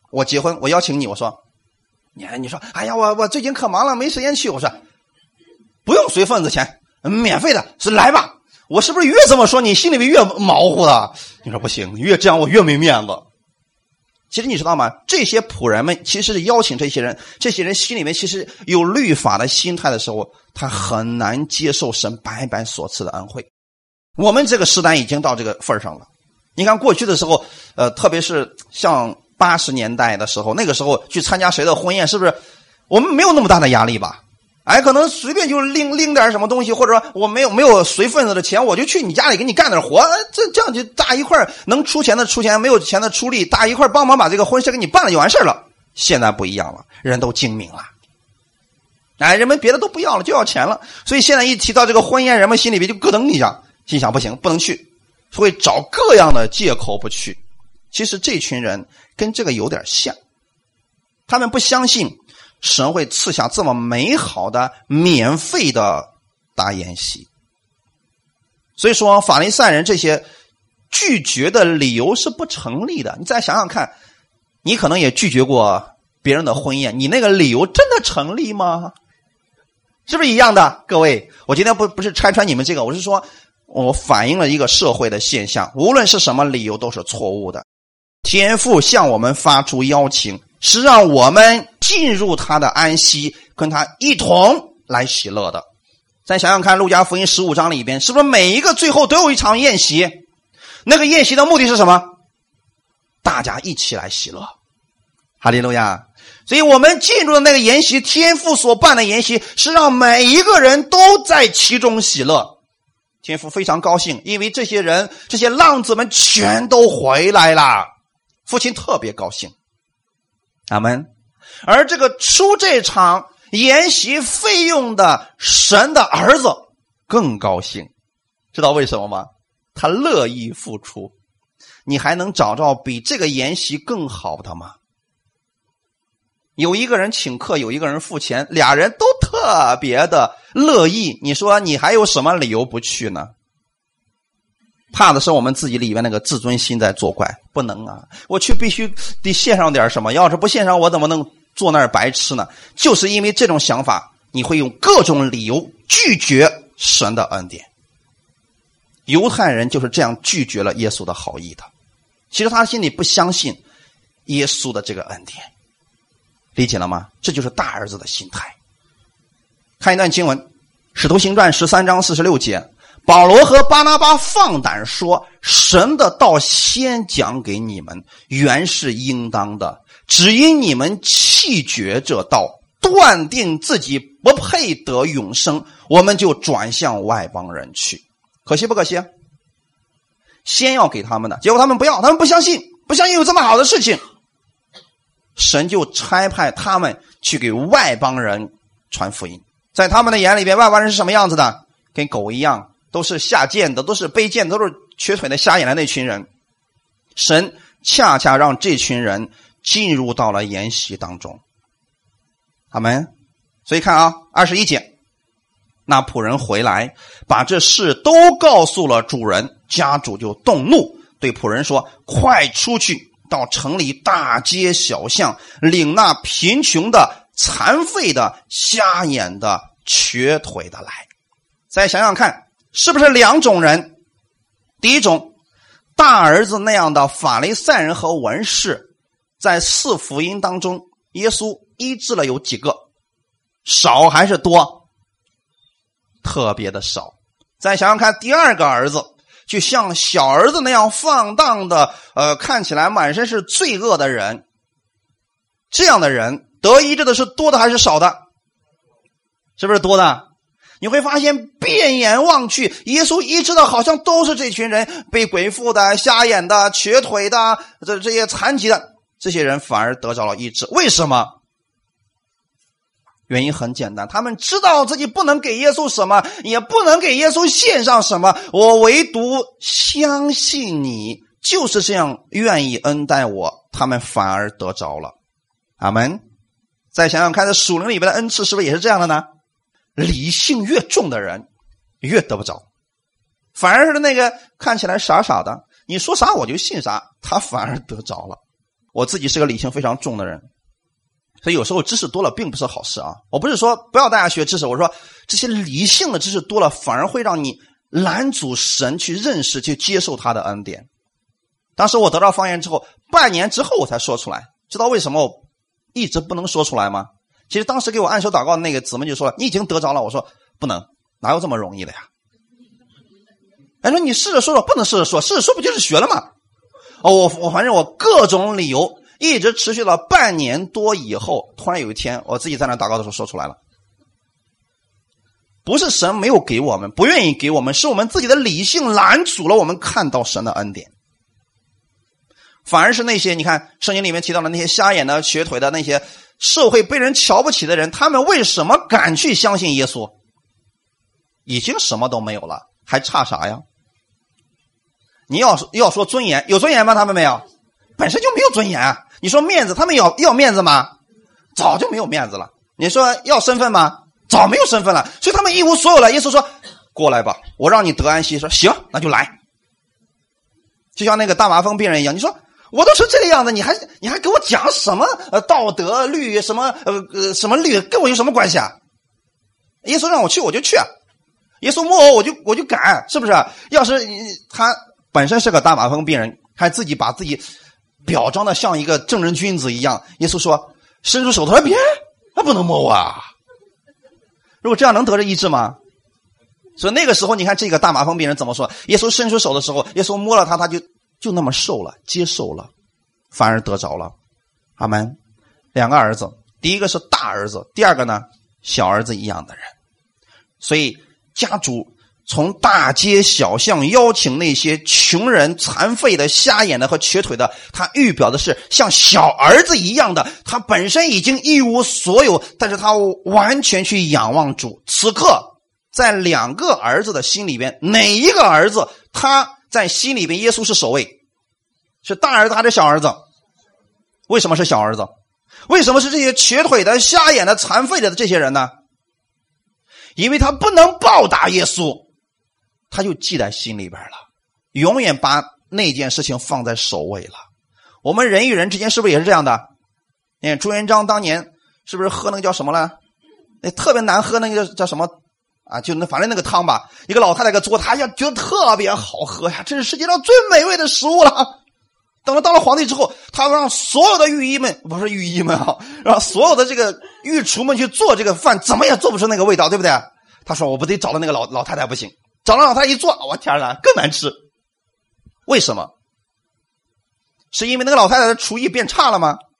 我结婚，我邀请你，我说你说哎呀我最近可忙了没时间去，我说不用随份子钱，免费的，是来吧。我是不是越这么说你心里面越毛乎的？你说不行，越这样我越没面子。其实你知道吗？这些仆人们其实是邀请这些人心里面其实有律法的心态的时候，他很难接受神白白所赐的恩惠。我们这个时代已经到这个份上了。你看过去的时候，特别是像80年代的时候，那个时候去参加谁的婚宴，是不是我们没有那么大的压力吧？可能随便就拎点什么东西，或者说我没有随份子的钱，我就去你家里给你干点活，这样就大家一块能出钱的出钱，没有钱的出力，大家一块帮忙把这个婚事给你办了就完事了。现在不一样了，人都精明了，人们别的都不要了，就要钱了。所以现在一提到这个婚宴，人们心里边就咯噔一下，心想不行，不能去，会找各样的借口不去。其实这群人跟这个有点像，他们不相信神会赐下这么美好的免费的大筵席。所以说法利赛人这些拒绝的理由是不成立的。你再想想看，你可能也拒绝过别人的婚宴，你那个理由真的成立吗？是不是一样的？各位，我今天不是拆穿你们这个，我是说我反映了一个社会的现象，无论是什么理由都是错误的。天父向我们发出邀请，是让我们进入他的安息，跟他一同来喜乐的。再想想看，路加福音15章里边，是不是每一个最后都有一场宴席？那个宴席的目的是什么？大家一起来喜乐。哈利路亚！所以我们进入的那个筵席，天父所办的筵席，是让每一个人都在其中喜乐。天父非常高兴，因为这些人，这些浪子们全都回来了，父亲特别高兴。阿们。而这个出这场筵席费用的神的儿子更高兴，知道为什么吗？他乐意付出。你还能找到比这个筵席更好的吗？有一个人请客，有一个人付钱，俩人都特别的乐意，你说你还有什么理由不去呢？怕的是我们自己里面那个自尊心在作怪，不能啊，我去必须得献上点什么，要是不献上我怎么能坐那儿白吃呢？就是因为这种想法，你会用各种理由拒绝神的恩典。犹太人就是这样拒绝了耶稣的好意的。其实他心里不相信耶稣的这个恩典，理解了吗？这就是大儿子的心态。看一段经文，使徒行传13章46节，保罗和巴拿巴放胆说，神的道先讲给你们，原是应当的，只因你们弃绝这道，断定自己不配得永生，我们就转向外邦人去。可惜不可惜？先要给他们的，结果他们不要，他们不相信有这么好的事情，神就差派他们去给外邦人传福音。在他们的眼里边，外邦人是什么样子的？跟狗一样，都是下贱的，都是卑贱的，都是瘸腿的瞎眼的那群人。神恰恰让这群人进入到了筵席当中。阿们。所以看啊，21节，那仆人回来，把这事都告诉了主人，家主就动怒，对仆人说，快出去到城里大街小巷，领那贫穷的、残废的、瞎眼的、瘸腿的来。再想想看，是不是两种人？第一种，大儿子那样的法利赛人和文士，在4福音当中，耶稣医治了有几个？少还是多？特别的少。再想想看，第二个儿子，就像小儿子那样放荡的，看起来满身是罪恶的人，这样的人得医治的是多的还是少的？是不是多的？你会发现遍眼望去，耶稣医治的好像都是这群人，被鬼附的、瞎眼的、瘸腿的、这些残疾的，这些人反而得着了医治。为什么？原因很简单，他们知道自己不能给耶稣什么，也不能给耶稣献上什么，我唯独相信你就是这样愿意恩待我，他们反而得着了。阿们。再想想看，这属灵里边的恩赐是不是也是这样的呢？理性越重的人越得不着，反而是那个看起来傻傻的，你说啥我就信啥，他反而得着了。 我自己是个理性非常重的人，所以有时候知识多了并不是好事啊。我不是说不要大家学知识，我说这些理性的知识多了反而会让你拦阻神去认识去接受他的恩典。当时我得到方言之后，半年之后我才说出来，知道为什么我一直不能说出来吗？其实当时给我按手祷告的那个姊妹就说了，你已经得着了。我说不能，哪有这么容易的呀？哎，说你试着说说，不能试着说，试着说不就是学了吗？我反正我各种理由一直持续了半年多以后，突然有一天我自己在那祷告的时候说出来了。不是神没有给我们，不愿意给我们，是我们自己的理性拦阻了我们看到神的恩典。反而是那些你看圣经里面提到的那些瞎眼的瘸腿的那些社会被人瞧不起的人，他们为什么敢去相信耶稣？已经什么都没有了，还差啥呀？你要说尊严，有尊严吗？他们没有，本身就没有尊严啊。你说面子，他们要面子吗？早就没有面子了。你说要身份吗？早没有身份了，所以他们一无所有了。耶稣说过来吧，我让你得安息。说行，那就来。就像那个大麻风病人一样，你说我都是这个样子，你还给我讲什么道德律什么什么律，跟我有什么关系啊？耶稣让我去我就去，耶稣摸我就敢，是不是？要是他本身是个大麻风病人，还自己把自己表彰的像一个正人君子一样，耶稣说伸出手头来，别，他不能摸我啊。如果这样能得着医治吗？所以那个时候你看这个大麻风病人怎么说，耶稣伸出手的时候，耶稣摸了他，他就那么受了，接受了，反而得着了。阿们。两个儿子，第一个是大儿子，第二个呢小儿子一样的人。所以家主从大街小巷邀请那些穷人、残废的、瞎眼的和瘸腿的，他预表的是像小儿子一样的，他本身已经一无所有，但是他完全去仰望主。此刻在两个儿子的心里边，哪一个儿子他在心里边耶稣是首位？是大儿子还是小儿子？为什么是小儿子？为什么是这些瘸腿的、瞎眼的、残废的这些人呢？因为他不能报答耶稣，他就记在心里边了，永远把那件事情放在首位了。我们人与人之间是不是也是这样的？你看朱元璋当年是不是喝那个叫什么了？那特别难喝那个叫什么啊？就反正那个汤吧，一个老太太给做，她呀觉得特别好喝呀，这是世界上最美味的食物了。等他当了皇帝之后，他让所有的御医们，不是御医们啊，让所有的这个御厨们去做这个饭，怎么也做不出那个味道，对不对？他说我不得找到那个老太太不行，找到老太太一做，我天哪，更难吃。为什么？是因为那个老太太的厨艺变差了吗？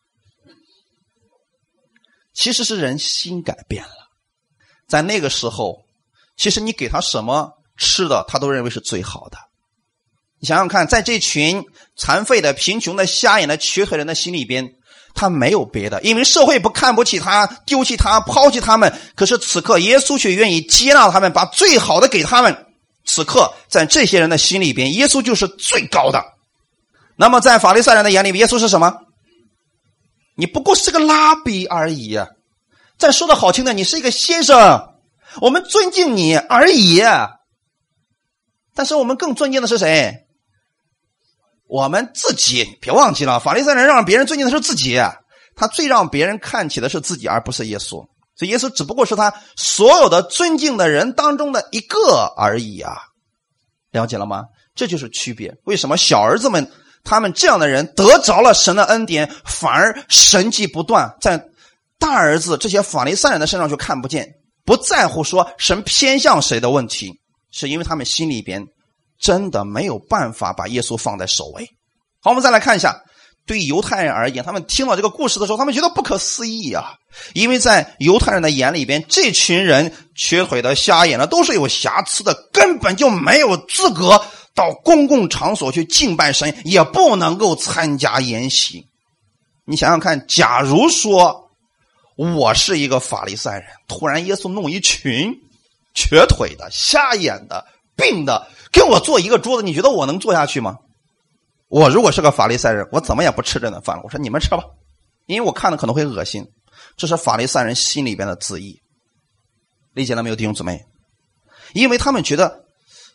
其实是人心改变了。在那个时候，其实你给他什么吃的，他都认为是最好的。你想想看，在这群残废的、贫穷的、瞎眼的、瘸腿人的心里边，他没有别的，因为社会不看不起他、丢弃他、抛弃他们，可是此刻耶稣却愿意接纳他们，把最好的给他们。此刻在这些人的心里边，耶稣就是最高的。那么在法利赛人的眼里，耶稣是什么？你不过是个拉比而已。再说的好听的，你是一个先生，我们尊敬你而已。但是我们更尊敬的是谁？我们自己。别忘记了，法利赛人让别人尊敬的是自己，他最让别人看起的是自己，而不是耶稣。所以耶稣只不过是他所有的尊敬的人当中的一个而已啊。了解了吗？这就是区别。为什么小儿子们他们这样的人得着了神的恩典，反而神迹不断，在大儿子这些法利赛人的身上就看不见，不在乎说神偏向谁的问题，是因为他们心里边真的没有办法把耶稣放在首位。好，我们再来看一下，对犹太人而言，他们听到这个故事的时候，他们觉得不可思议啊！因为在犹太人的眼里边，这群人瘸腿的、瞎眼的都是有瑕疵的，根本就没有资格到公共场所去敬拜神，也不能够参加筵席。你想想看，假如说我是一个法利赛人，突然耶稣弄一群瘸腿的、瞎眼的、病的跟我坐一个桌子，你觉得我能坐下去吗？我如果是个法利赛人，我怎么也不吃这顿饭了，我说你们吃吧，因为我看的可能会恶心。这是法利赛人心里边的自义，理解了没有，弟兄姊妹？因为他们觉得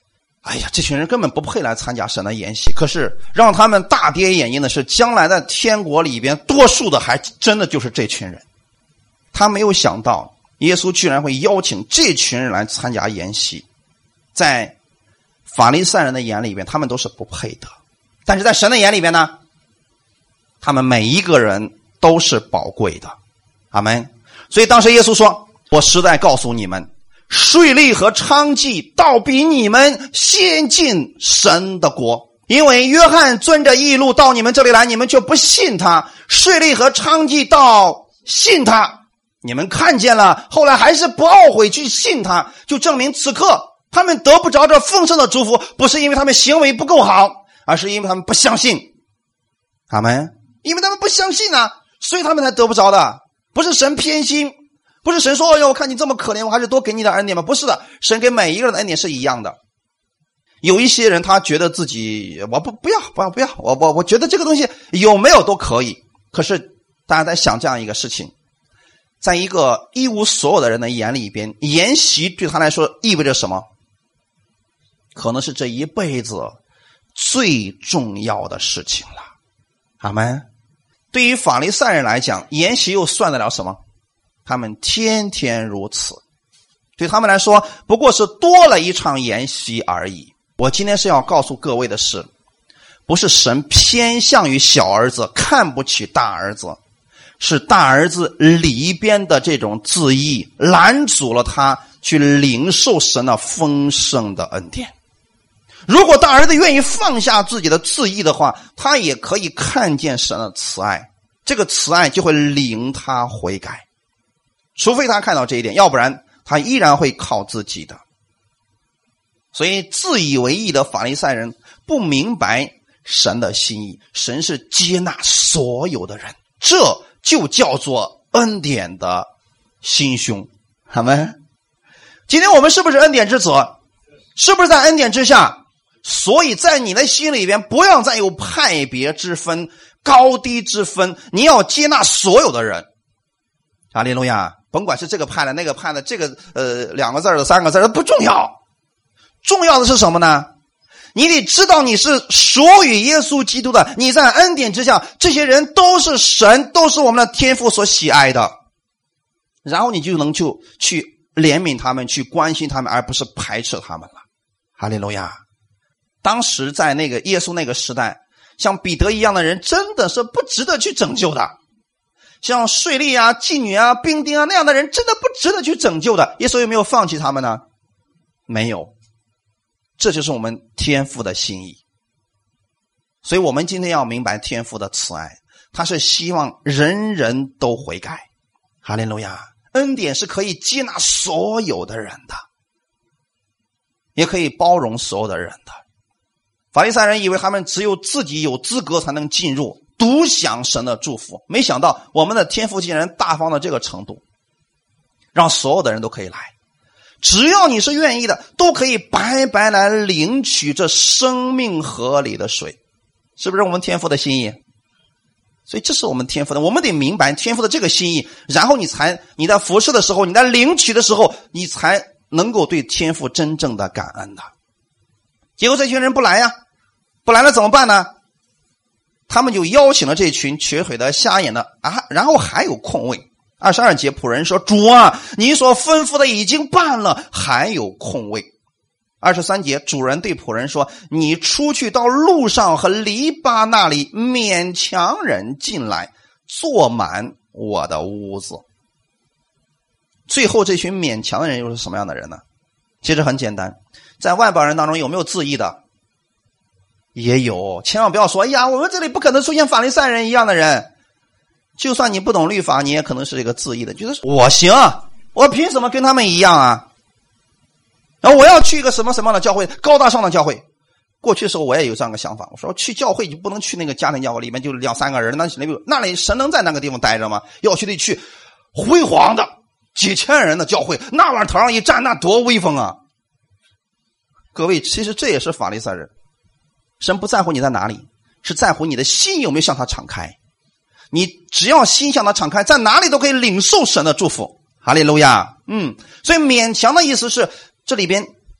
哎呀，这群人根本不配来参加神的筵席。可是让他们大跌眼镜的是，将来在天国里边多数的还真的就是这群人。他没有想到耶稣居然会邀请这群人来参加筵席。在法利赛人的眼里边，他们都是不配的，但是在神的眼里边呢，他们每一个人都是宝贵的。阿们。所以当时耶稣说，我实在告诉你们，税吏和娼妓倒比你们先进神的国。因为约翰遵着义路到你们这里来，你们却不信他；税吏和娼妓倒信他，你们看见了，后来还是不懊悔去信他，就证明此刻他们得不着这丰盛的祝福，不是因为他们行为不够好，而是因为他们不相信。阿们。因为他们不相信啊，所以他们才得不着的。不是神偏心，不是神说，哎呦，我看你这么可怜，我还是多给你的恩典吧。不是的，神给每一个人的恩典是一样的。有一些人他觉得自己我不要，我觉得这个东西有没有都可以。可是大家在想这样一个事情，在一个一无所有的人的眼里边，筵席对他来说意味着什么？可能是这一辈子最重要的事情了。阿们。对于法利赛人来讲，筵席又算得了什么？他们天天如此，对他们来说不过是多了一场筵席而已。我今天是要告诉各位的是，不是神偏向于小儿子，看不起大儿子，是大儿子里边的这种自义拦阻了他去领受神的丰盛的恩典。如果大儿子愿意放下自己的自义的话，他也可以看见神的慈爱，这个慈爱就会领他悔改。除非他看到这一点，要不然他依然会靠自己的。所以自以为义的法利赛人不明白神的心意，神是接纳所有的人，这就叫做恩典的心胸。好吗？今天我们是不是恩典之子？是不是在恩典之下？所以在你的心里边不要再有派别之分，高低之分，你要接纳所有的人。哈利路亚。甭管是这个派的那个派的，这个2个字的3个字的不重要，重要的是什么呢？你得知道你是属于耶稣基督的，你在恩典之下，这些人都是神，都是我们的天父所喜爱的，然后你就能去怜悯他们，去关心他们，而不是排斥他们了。哈利路亚。当时在那个耶稣那个时代，像彼得一样的人真的是不值得去拯救的，像税吏啊、妓女啊、兵丁啊那样的人真的不值得去拯救的。耶稣有没有放弃他们呢？没有。这就是我们天父的心意。所以我们今天要明白天父的慈爱，他是希望人人都悔改。哈利路亚。恩典是可以接纳所有的人的，也可以包容所有的人的。法利赛人以为他们只有自己有资格才能进入，独享神的祝福，没想到我们的天父竟然大方到这个程度，让所有的人都可以来，只要你是愿意的，都可以白白来领取这生命河里的水。是不是我们天父的心意？所以这是我们天父的，我们得明白天父的这个心意，然后你在服侍的时候，你在领取的时候，你才能够对天父真正的感恩的。结果这群人不来呀，不来了怎么办呢？他们就邀请了这群瘸腿的、瞎眼的啊，然后还有空位。22节，仆人说：“主啊，你所吩咐的已经办了，还有空位。”23节，主人对仆人说：“你出去到路上和篱笆那里，勉强人进来，坐满我的屋子。”最后这群勉强的人又是什么样的人呢？其实很简单，在外邦人当中有没有自义的？也有。千万不要说，哎呀，我们这里不可能出现法利赛人一样的人。就算你不懂律法，你也可能是一个自义的，觉得我行，我凭什么跟他们一样啊？然后我要去一个什么什么样的教会，高大上的教会。过去的时候我也有这样的想法，我说去教会就不能去那个家庭教会，里面就2-3个人，那里神能在那个地方待着吗？要去得去辉煌的几千人的教会，那往头上一站，那多威风啊！各位，其实这也是法利赛人。神不在乎你在哪里，是在乎你的心有没有向他敞开。你只要心向他敞开，在哪里都可以领受神的祝福。哈利路亚。所以勉强的意思是，这里边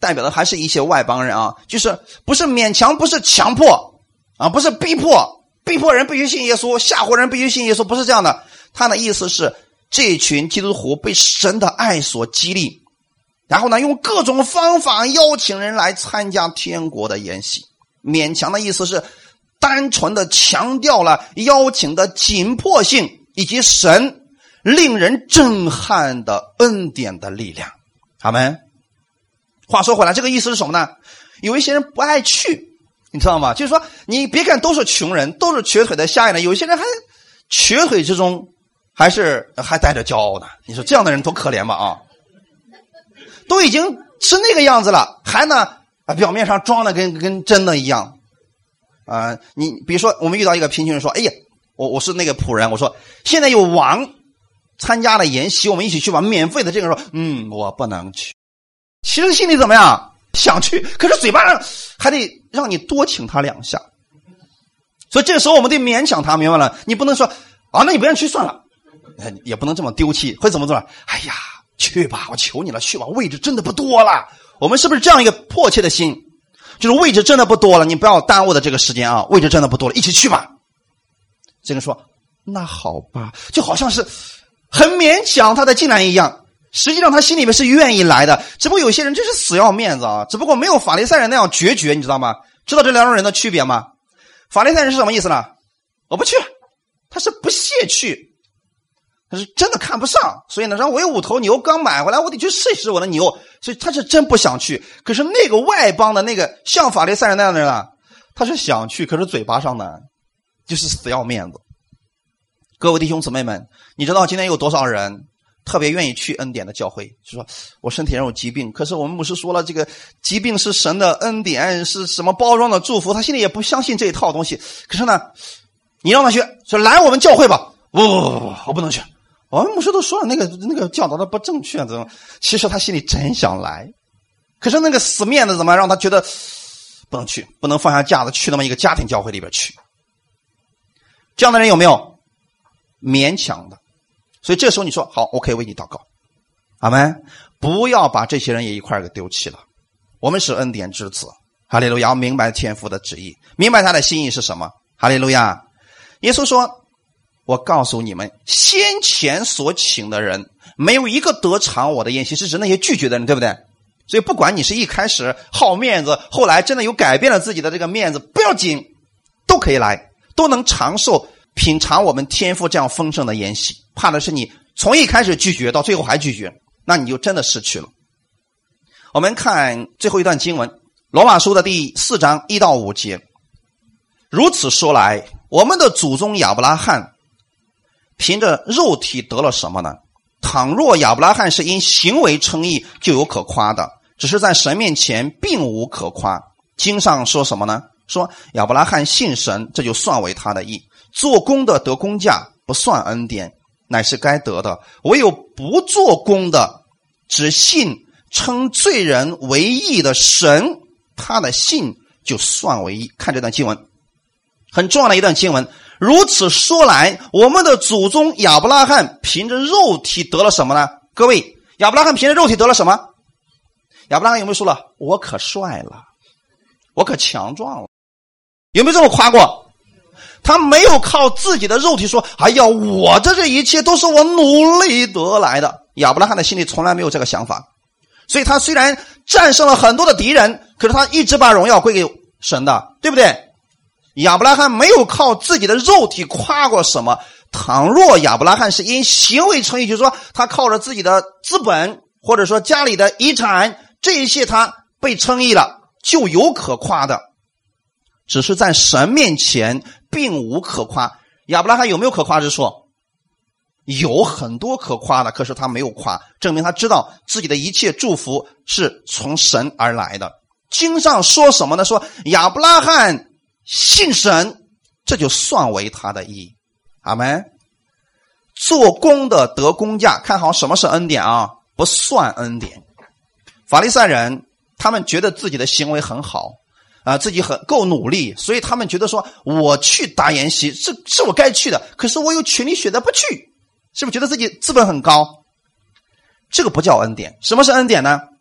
代表的还是一些外邦人啊，就是不是勉强，不是强迫啊，不是逼迫人必须信耶稣，吓唬人必须信耶稣，不是这样的。他的意思是这群基督徒被神的爱所激励，然后呢用各种方法邀请人来参加天国的筵席。勉强的意思是单纯的强调了邀请的紧迫性以及神令人震撼的恩典的力量。阿们。话说回来，这个意思是什么呢？有一些人不爱去，你知道吗？就是说你别看都是穷人，都是瘸腿的瞎眼的，有些人还瘸腿之中还带着骄傲呢。你说这样的人多可怜吧啊！都已经是那个样子了，还呢表面上装的跟真的一样啊！你比如说我们遇到一个贫穷人说，哎呀，我是那个仆人，我说现在有王参加了筵席，我们一起去吧，免费的。这个人说我不能去。其实心里怎么样？想去，可是嘴巴上还得让你多请他2下。所以这个时候我们得勉强他，明白了？你不能说那你不愿意去算了，也不能这么丢弃，会怎么做？哎呀，去吧，我求你了，去吧，位置真的不多了。我们是不是这样一个迫切的心？就是位置真的不多了，你不要耽误的这个时间啊，位置真的不多了，一起去吧。这个人说那好吧，就好像是很勉强他的进来一样。实际上他心里面是愿意来的，只不过有些人真是死要面子啊，只不过没有法利赛人那样决绝，你知道吗？知道这2种人的区别吗？法利赛人是什么意思呢？我不去，他是不屑去，他是真的看不上，所以呢，我有5头牛刚买回来，我得去试一试我的牛，所以他是真不想去。可是那个外邦的那个像法利赛人那样的人啊，他是想去，可是嘴巴上呢就是死要面子。各位弟兄姊妹们，你知道今天有多少人特别愿意去恩典的教会，就说我身体上有疾病，可是我们牧师说了，这个疾病是神的恩典，是什么包装的祝福，他心里也不相信这一套东西。可是呢，你让他去，说来我们教会吧，我不能去，我们牧师都说了那个教导的不正确，怎么？其实他心里真想来，可是那个死面子怎么让他觉得不能去，不能放下架子去那么一个家庭教会里边去。这样的人有没有？勉强的。所以这时候你说好，我可以为你祷告，阿们。不要把这些人也一块给丢弃了。我们是恩典之子，哈利路亚，明白天父的旨意，明白他的心意是什么，哈利路亚。耶稣说，我告诉你们，先前所请的人没有一个得偿我的宴席，是指那些拒绝的人，对不对？所以不管你是一开始好面子，后来真的有改变了自己的这个面子，不要紧，都可以来，都能长寿品尝我们天父这样丰盛的筵席。怕的是你从一开始拒绝到最后还拒绝，那你就真的失去了。我们看最后一段经文，罗马书的第4章1到5节。如此说来，我们的祖宗亚伯拉罕凭着肉体得了什么呢？倘若亚伯拉罕是因行为称义，就有可夸的，只是在神面前并无可夸。经上说什么呢？说亚伯拉罕信神，这就算为他的义。做工的得工价，不算恩典，乃是该得的。唯有不做工的，只信称罪人为义的神，他的信就算为义。看这段经文，很重要的一段经文。如此说来，我们的祖宗亚伯拉罕凭着肉体得了什么呢？各位，亚伯拉罕凭着肉体得了什么？亚伯拉罕有没有说了我可帅了，我可强壮了？有没有这么夸过？他没有靠自己的肉体说，哎呀，我这一切都是我努力得来的。亚伯拉罕的心里从来没有这个想法，所以他虽然战胜了很多的敌人，可是他一直把荣耀归给神的，对不对？亚伯拉罕没有靠自己的肉体夸过什么。倘若亚伯拉罕是因行为称义，就是说他靠着自己的资本或者说家里的遗产，这一切他被称义了，就有可夸的。只是在神面前并无可夸。亚伯拉罕有没有可夸之处？有很多可夸的，可是他没有夸，证明他知道自己的一切祝福是从神而来的。经上说什么呢？说亚伯拉罕信神，这就算为他的义。阿们。做工的得工价，看好什么是恩典啊？不算恩典。法利赛人他们觉得自己的行为很好自己很够努力，所以他们觉得说我去打筵席是我该去的，可是我有权利选择不去，是不是觉得自己资本很高？这个不叫恩典。什么是恩典呢？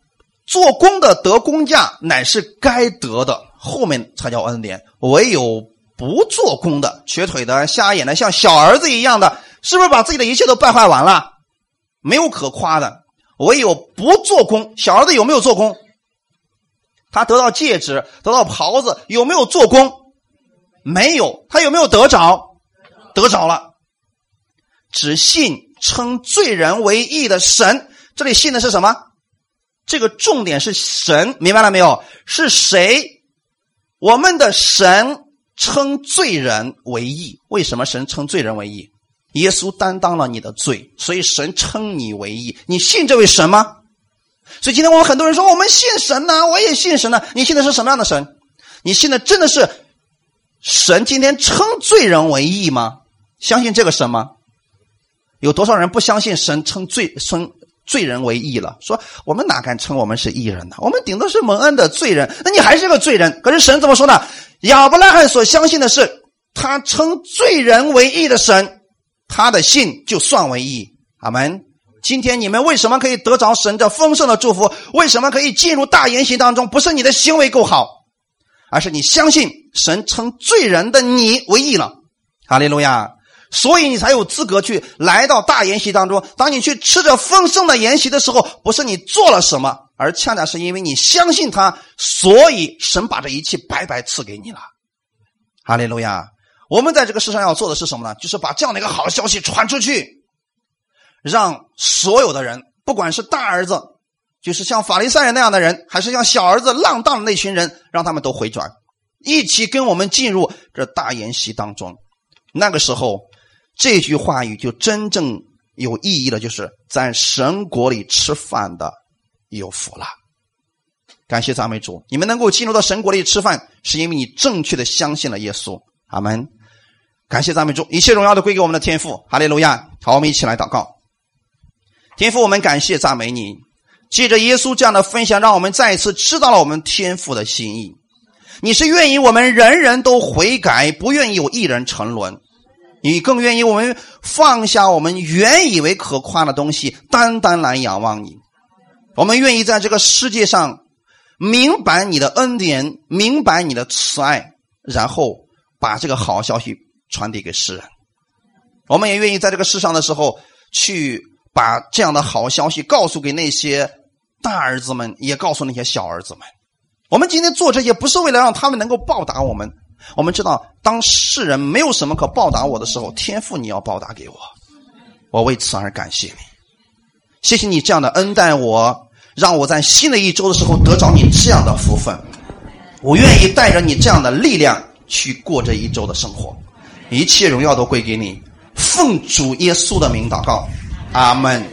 做工的得工价乃是该得的，后面才叫恩典。唯有不做工的，瘸腿的、瞎眼的，像小儿子一样的，是不是把自己的一切都败坏完了？没有可夸的。唯有不做工，小儿子有没有做工？他得到戒指，得到袍子，有没有做工？没有。他有没有得着？得着了。只信称罪人为义的神，这里信的是什么？这个重点是神，明白了没有？是谁？我们的神称罪人为义。为什么神称罪人为义？耶稣担当了你的罪，所以神称你为义。你信这位神吗？所以今天我们很多人说我们信神啊，我也信神啊。你信的是什么样的神？你信的真的是神今天称罪人为义吗？相信这个神吗？有多少人不相信神称罪人为义了？说我们哪敢称我们是义人呢？我们顶多是蒙恩的罪人。那你还是个罪人。可是神怎么说呢？亚伯拉罕所相信的是他称罪人为义的神，他的信就算为义。阿们。今天你们为什么可以得着神这丰盛的祝福？为什么可以进入大筵席当中？不是你的行为够好，而是你相信神称罪人的你为义了。哈利路亚。所以你才有资格去来到大筵席当中。当你去吃着丰盛的筵席的时候，不是你做了什么，而恰恰是因为你相信他，所以神把这一切白白赐给你了。哈利路亚。我们在这个世上要做的是什么呢？就是把这样的一个好消息传出去，让所有的人，不管是大儿子，就是像法利赛人那样的人，还是像小儿子浪荡的那群人，让他们都回转，一起跟我们进入这大筵席当中。那个时候这句话语就真正有意义了，就是在神国里吃饭的有福了。感谢赞美主，你们能够进入到神国里吃饭，是因为你正确的相信了耶稣。阿们。感谢赞美主，一切荣耀都归给我们的天父。哈利路亚。好，我们一起来祷告。天父，我们感谢赞美你，借着耶稣这样的分享，让我们再一次知道了我们天父的心意。你是愿意我们人人都悔改，不愿意有一人沉沦。你更愿意我们放下我们原以为可夸的东西，单单来仰望你。我们愿意在这个世界上明白你的恩典，明白你的慈爱，然后把这个好消息传递给世人。我们也愿意在这个世上的时候，去把这样的好消息告诉给那些大儿子们，也告诉那些小儿子们。我们今天做这些不是为了让他们能够报答我们，我们知道当世人没有什么可报答我的时候，天父你要报答给我，我为此而感谢你。谢谢你这样的恩待我，让我在新的一周的时候得着你这样的福分。我愿意带着你这样的力量去过这一周的生活。一切荣耀都归给你，奉主耶稣的名祷告，阿们。